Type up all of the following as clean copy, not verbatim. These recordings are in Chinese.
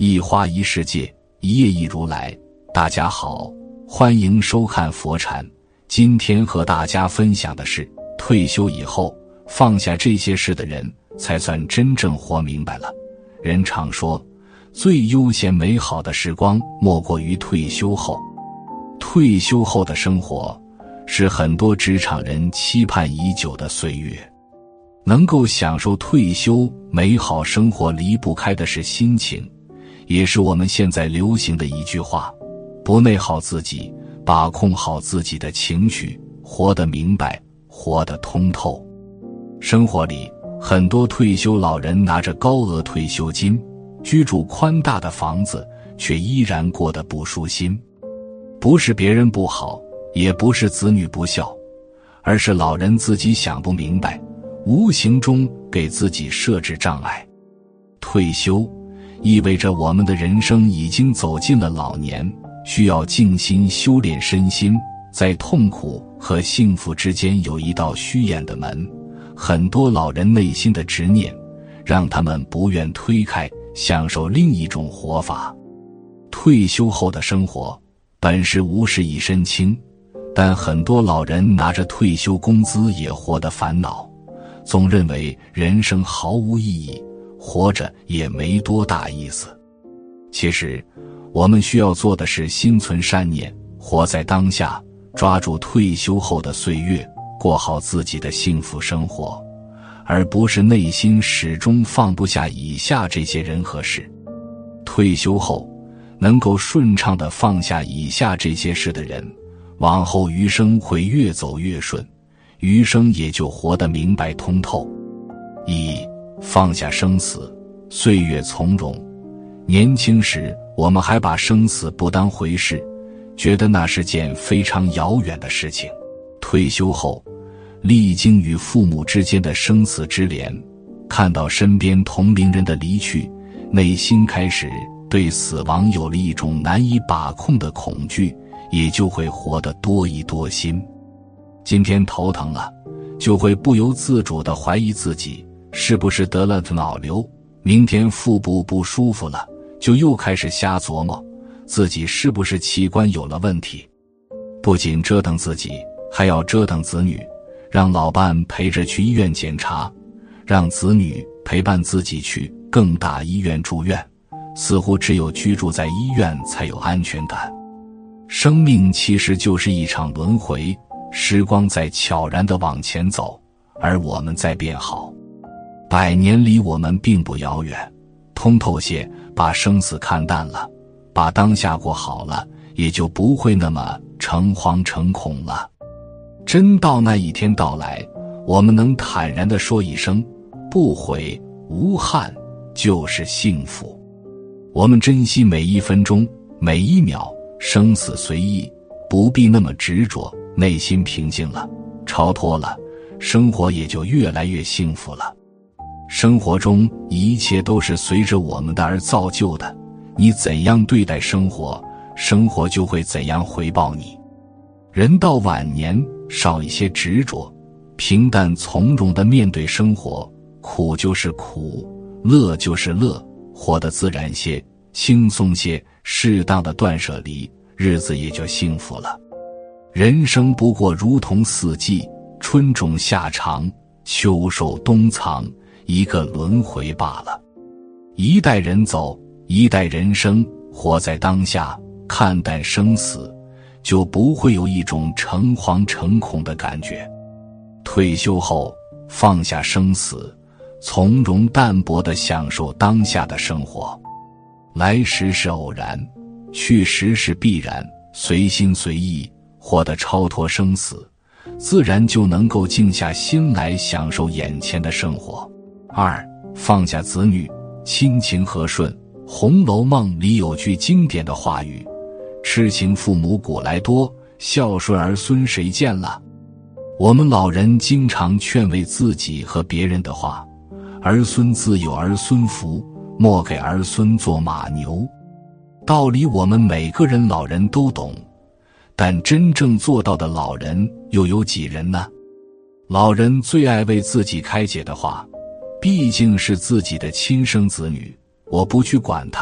一花一世界，一叶一如来。大家好，欢迎收看佛禅。今天和大家分享的是，退休以后放下这些事的人，才算真正活明白了。人常说，最悠闲美好的时光莫过于退休后。退休后的生活，是很多职场人期盼已久的岁月。能够享受退休美好生活，离不开的是心情，也是我们现在流行的一句话：不内耗自己，把控好自己的情绪，活得明白，活得通透。生活里，很多退休老人拿着高额退休金，居住宽大的房子，却依然过得不舒心。不是别人不好，也不是子女不孝，而是老人自己想不明白，无形中给自己设置障碍。退休意味着我们的人生已经走进了老年，需要静心修炼身心，在痛苦和幸福之间有一道虚掩的门。很多老人内心的执念，让他们不愿推开，享受另一种活法。退休后的生活本是无事一身轻，但很多老人拿着退休工资也活得烦恼，总认为人生毫无意义，活着也没多大意思。其实，我们需要做的是心存善念，活在当下，抓住退休后的岁月，过好自己的幸福生活，而不是内心始终放不下以下这些人和事。退休后，能够顺畅地放下以下这些事的人，往后余生会越走越顺，余生也就活得明白通透。一、放下生死，岁月从容。年轻时，我们还把生死不当回事，觉得那是件非常遥远的事情。退休后，历经与父母之间的生死之连，看到身边同龄人的离去，内心开始对死亡有了一种难以把控的恐惧，也就会活得多疑多心。今天头疼了，就会不由自主地怀疑自己是不是得了脑瘤，明天腹部不舒服了，就又开始瞎琢磨自己是不是器官有了问题。不仅折腾自己，还要折腾子女，让老伴陪着去医院检查，让子女陪伴自己去更大医院住院，似乎只有居住在医院才有安全感。生命其实就是一场轮回，时光在悄然地往前走，而我们在变好。100年离我们并不遥远，通透些，把生死看淡了，把当下过好了，也就不会那么诚惶诚恐了。真到那一天到来，我们能坦然地说一声不悔无憾，就是幸福。我们珍惜每一分钟每一秒，生死随意，不必那么执着，内心平静了，超脱了，生活也就越来越幸福了。生活中一切都是随着我们的而造就的，你怎样对待生活，生活就会怎样回报你。人到晚年，少一些执着，平淡从容地面对生活，苦就是苦，乐就是乐，活得自然些，轻松些，适当的断舍离，日子也就幸福了。人生不过如同四季，春种夏长，秋收冬藏，一个轮回罢了。一代人走，一代人生，活在当下，看淡生死，就不会有一种诚惶诚恐的感觉。退休后，放下生死，从容淡泊地享受当下的生活。来时是偶然，去时是必然，随心随意，活得超脱生死，自然就能够静下心来享受眼前的生活。2、放下子女，亲情和顺。《红楼梦》里有句经典的话语：痴情父母古来多，孝顺儿孙谁见了。我们老人经常劝慰自己和别人的话：儿孙自有儿孙福，莫给儿孙做马牛。道理我们每个人老人都懂，但真正做到的老人又有几人呢？老人最爱为自己开解的话，毕竟是自己的亲生子女，我不去管他，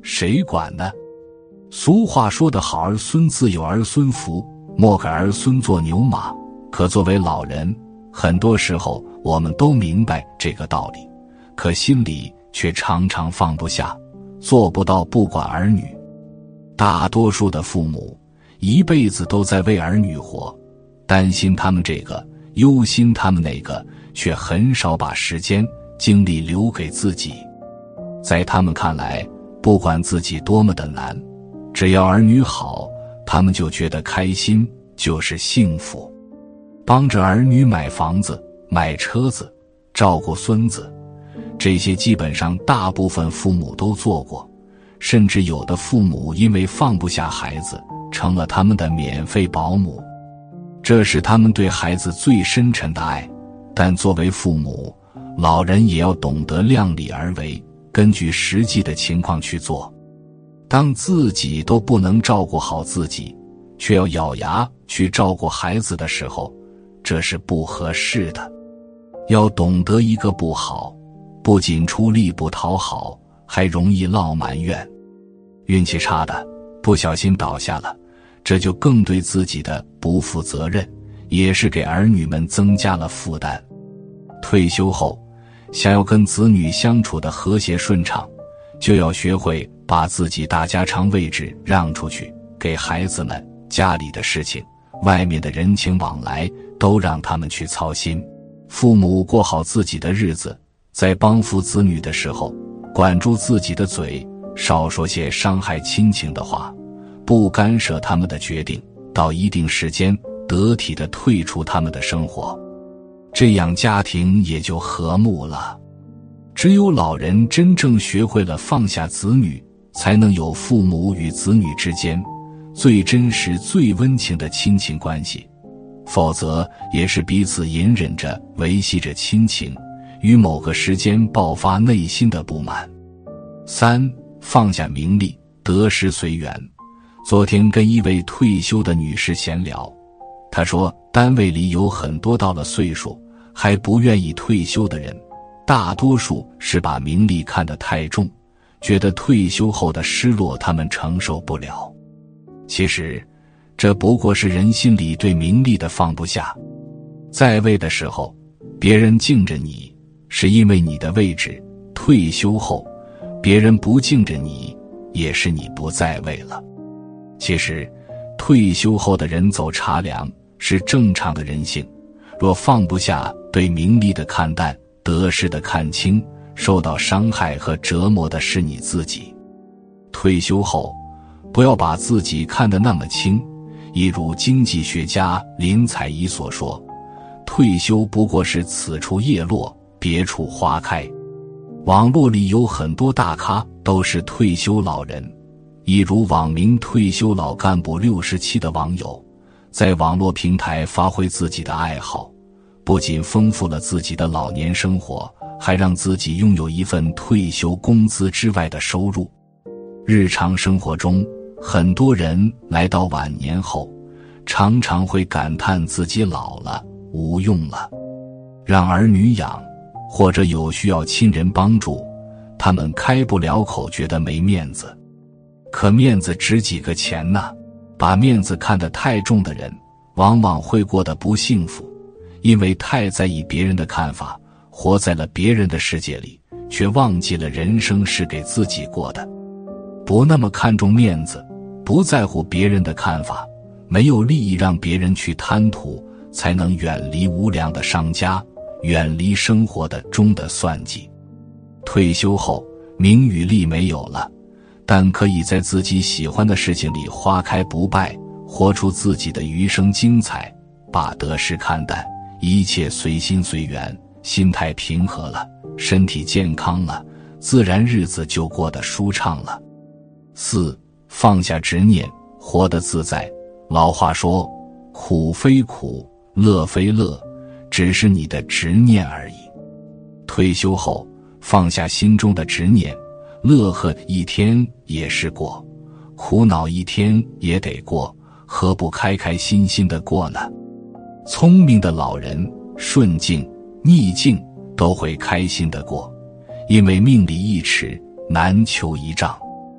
谁管呢？俗话说得好，儿孙自有儿孙福，莫给儿孙做牛马。可作为老人，很多时候我们都明白这个道理，可心里却常常放不下，做不到不管儿女。大多数的父母一辈子都在为儿女活，担心他们这个，忧心他们那个，却很少把时间精力留给自己。在他们看来，不管自己多么的难，只要儿女好，他们就觉得开心，就是幸福。帮着儿女买房子、买车子、照顾孙子，这些基本上大部分父母都做过，甚至有的父母因为放不下孩子，成了他们的免费保姆。这是他们对孩子最深沉的爱。但作为父母，老人也要懂得量力而为，根据实际的情况去做。当自己都不能照顾好自己，却要咬牙去照顾孩子的时候，这是不合适的。要懂得一个不好，不仅出力不讨好，还容易落埋怨。运气差的不小心倒下了，这就更对自己的不负责任，也是给儿女们增加了负担。退休后，想要跟子女相处的和谐顺畅，就要学会把自己大家长位置让出去，给孩子们家里的事情、外面的人情往来都让他们去操心。父母过好自己的日子，在帮扶子女的时候，管住自己的嘴，少说些伤害亲情的话，不干涉他们的决定，到一定时间得体地退出他们的生活，这样家庭也就和睦了。只有老人真正学会了放下子女，才能有父母与子女之间最真实最温情的亲情关系，否则也是彼此隐忍着维系着亲情，于某个时间爆发内心的不满。3. 放下名利，得失随缘。昨天跟一位退休的女士闲聊，她说单位里有很多到了岁数还不愿意退休的人，大多数是把名利看得太重，觉得退休后的失落他们承受不了。其实这不过是人心里对名利的放不下。在位的时候，别人敬着你，是因为你的位置；退休后，别人不敬着你，也是你不在位了。其实，退休后的人走茶凉是正常的人性。若放不下对名利的看淡，得失的看清，受到伤害和折磨的是你自己。退休后，不要把自己看得那么轻。一如经济学家林采宜所说，退休不过是此处叶落，别处花开。网络里有很多大咖都是退休老人，一如网名退休老干部67的网友，在网络平台发挥自己的爱好，不仅丰富了自己的老年生活，还让自己拥有一份退休工资之外的收入。日常生活中，很多人来到晚年后，常常会感叹自己老了，无用了，让儿女养，或者有需要亲人帮助，他们开不了口，觉得没面子。可面子值几个钱呢？把面子看得太重的人，往往会过得不幸福，因为太在意别人的看法，活在了别人的世界里，却忘记了人生是给自己过的。不那么看重面子，不在乎别人的看法，没有利益让别人去贪图，才能远离无良的商家，远离生活的中的算计。退休后，名与利没有了，但可以在自己喜欢的事情里花开不败，活出自己的余生精彩，把得失看淡，一切随心随缘，心态平和了，身体健康了，自然日子就过得舒畅了。4. 放下执念，活得自在。老话说，苦非苦，乐非乐，只是你的执念而已。退休后，放下心中的执念，乐呵一天也是过，苦恼一天也得过，何不开开心心的过呢？聪明的老人，顺境逆境都会开心的过，因为命里一尺，难求一丈。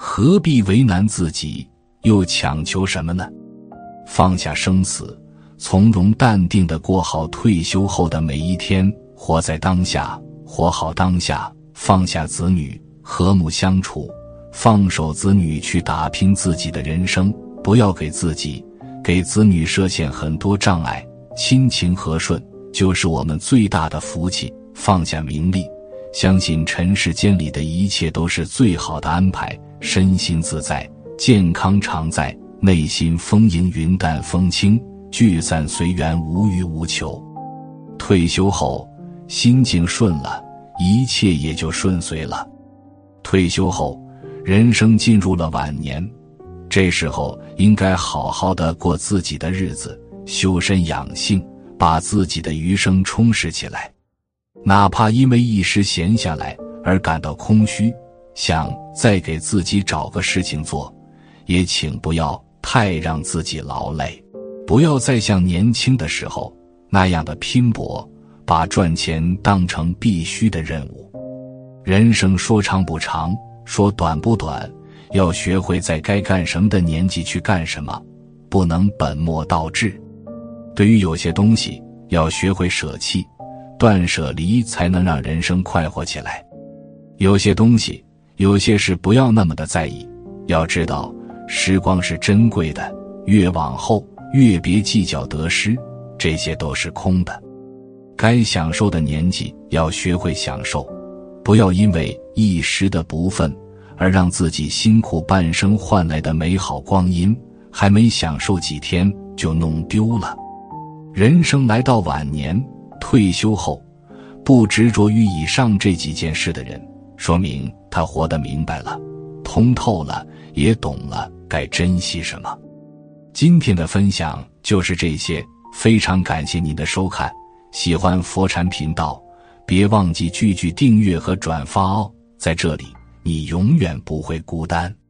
何必为难自己，又强求什么呢？放下生死，从容淡定地过好退休后的每一天，活在当下，活好当下，放下子女，和睦相处，放手子女去打拼自己的人生，不要给自己、给子女设限很多障碍，亲情和顺就是我们最大的福气。放下名利，相信尘世间里的一切都是最好的安排，身心自在，健康常在，内心丰盈云淡风轻，聚散随缘，无欲无求。退休后心境顺了，一切也就顺遂了。退休后人生进入了晚年，这时候应该好好的过自己的日子，修身养性，把自己的余生充实起来。哪怕因为一时闲下来而感到空虚，想再给自己找个事情做，也请不要太让自己劳累，不要再像年轻的时候那样的拼搏，把赚钱当成必须的任务。人生说长不长，说短不短，要学会在该干什么的年纪去干什么，不能本末倒置。对于有些东西，要学会舍弃，断舍离才能让人生快活起来。有些东西，有些事不要那么的在意，要知道时光是珍贵的，越往后越别计较得失，这些都是空的。该享受的年纪要学会享受，不要因为一时的不忿而让自己辛苦半生换来的美好光阴还没享受几天就弄丢了。人生来到晚年，退休后不执着于以上这几件事的人，说明他活得明白了，通透了，也懂了该珍惜什么。今天的分享就是这些，非常感谢您的收看。喜欢佛禅频道，别忘记句句订阅和转发哦，在这里你永远不会孤单。